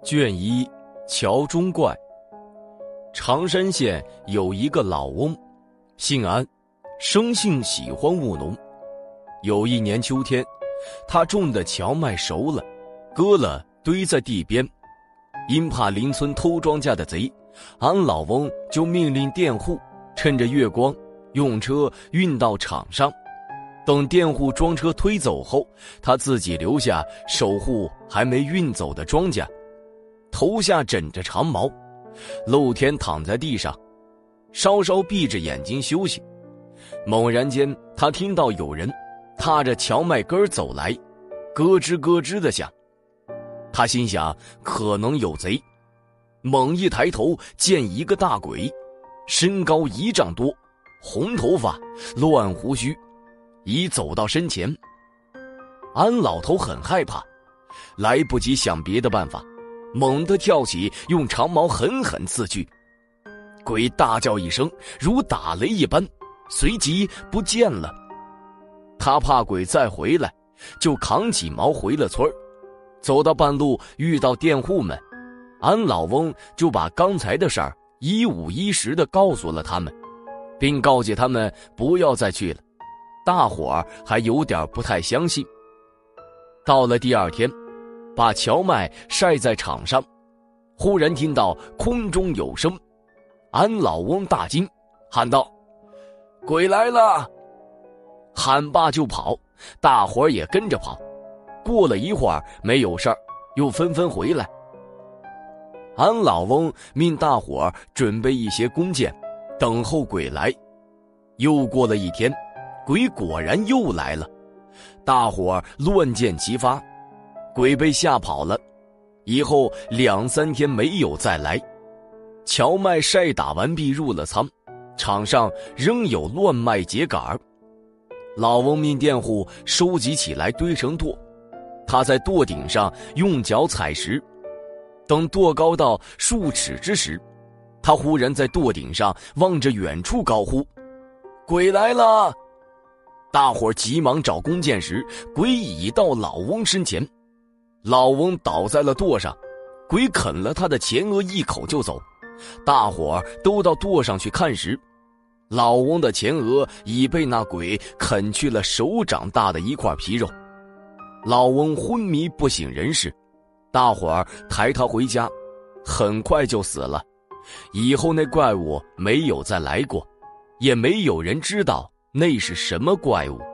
卷一，桥中怪。常山县有一个老翁，姓安，生性喜欢务农。有一年秋天，他种的荞麦熟了，割了堆在地边。因怕邻村偷庄稼的贼，安老翁就命令佃户趁着月光用车运到场上。等佃户装车推走后，他自己留下守护还没运走的庄稼，头下枕着长矛，露天躺在地上，稍稍闭着眼睛休息。猛然间，他听到有人踏着荞麦根走来，咯吱咯吱地响。他心想可能有贼，猛一抬头，见一个大鬼，身高1丈多，红头发，乱胡须，已走到身前。安老头很害怕，来不及想别的办法，猛地跳起，用长矛狠狠刺去。鬼大叫一声，如打雷一般，随即不见了。他怕鬼再回来，就扛起矛回了村儿。走到半路，遇到佃户们，安老翁就把刚才的事儿一五一十地告诉了他们，并告诫他们不要再去了。大伙儿还有点不太相信。到了第二天，把荞麦晒在场上，忽然听到空中有声，安老翁大惊，喊道：“鬼来了！”喊罢就跑，大伙儿也跟着跑。过了一会儿没有事儿，又纷纷回来。安老翁命大伙儿准备一些弓箭，等候鬼来。又过了一天，鬼果然又来了，大伙儿乱箭齐发，鬼被吓跑了。以后2、3天没有再来。荞麦晒打完毕，入了仓，场上仍有乱麦秸秆。老翁命佃户收集起来堆成垛，他在垛顶上用脚踩实。等垛高到数尺之时，他忽然在垛顶上望着远处高呼：“鬼来了！”大伙儿急忙找弓箭时，鬼已到老翁身前。老翁倒在了垛上，鬼啃了他的前额一口就走。大伙儿都到垛上去看时，老翁的前额已被那鬼啃去了手掌大的一块皮肉。老翁昏迷不省人事，大伙儿抬他回家，很快就死了。以后那怪物没有再来过，也没有人知道那是什么怪物。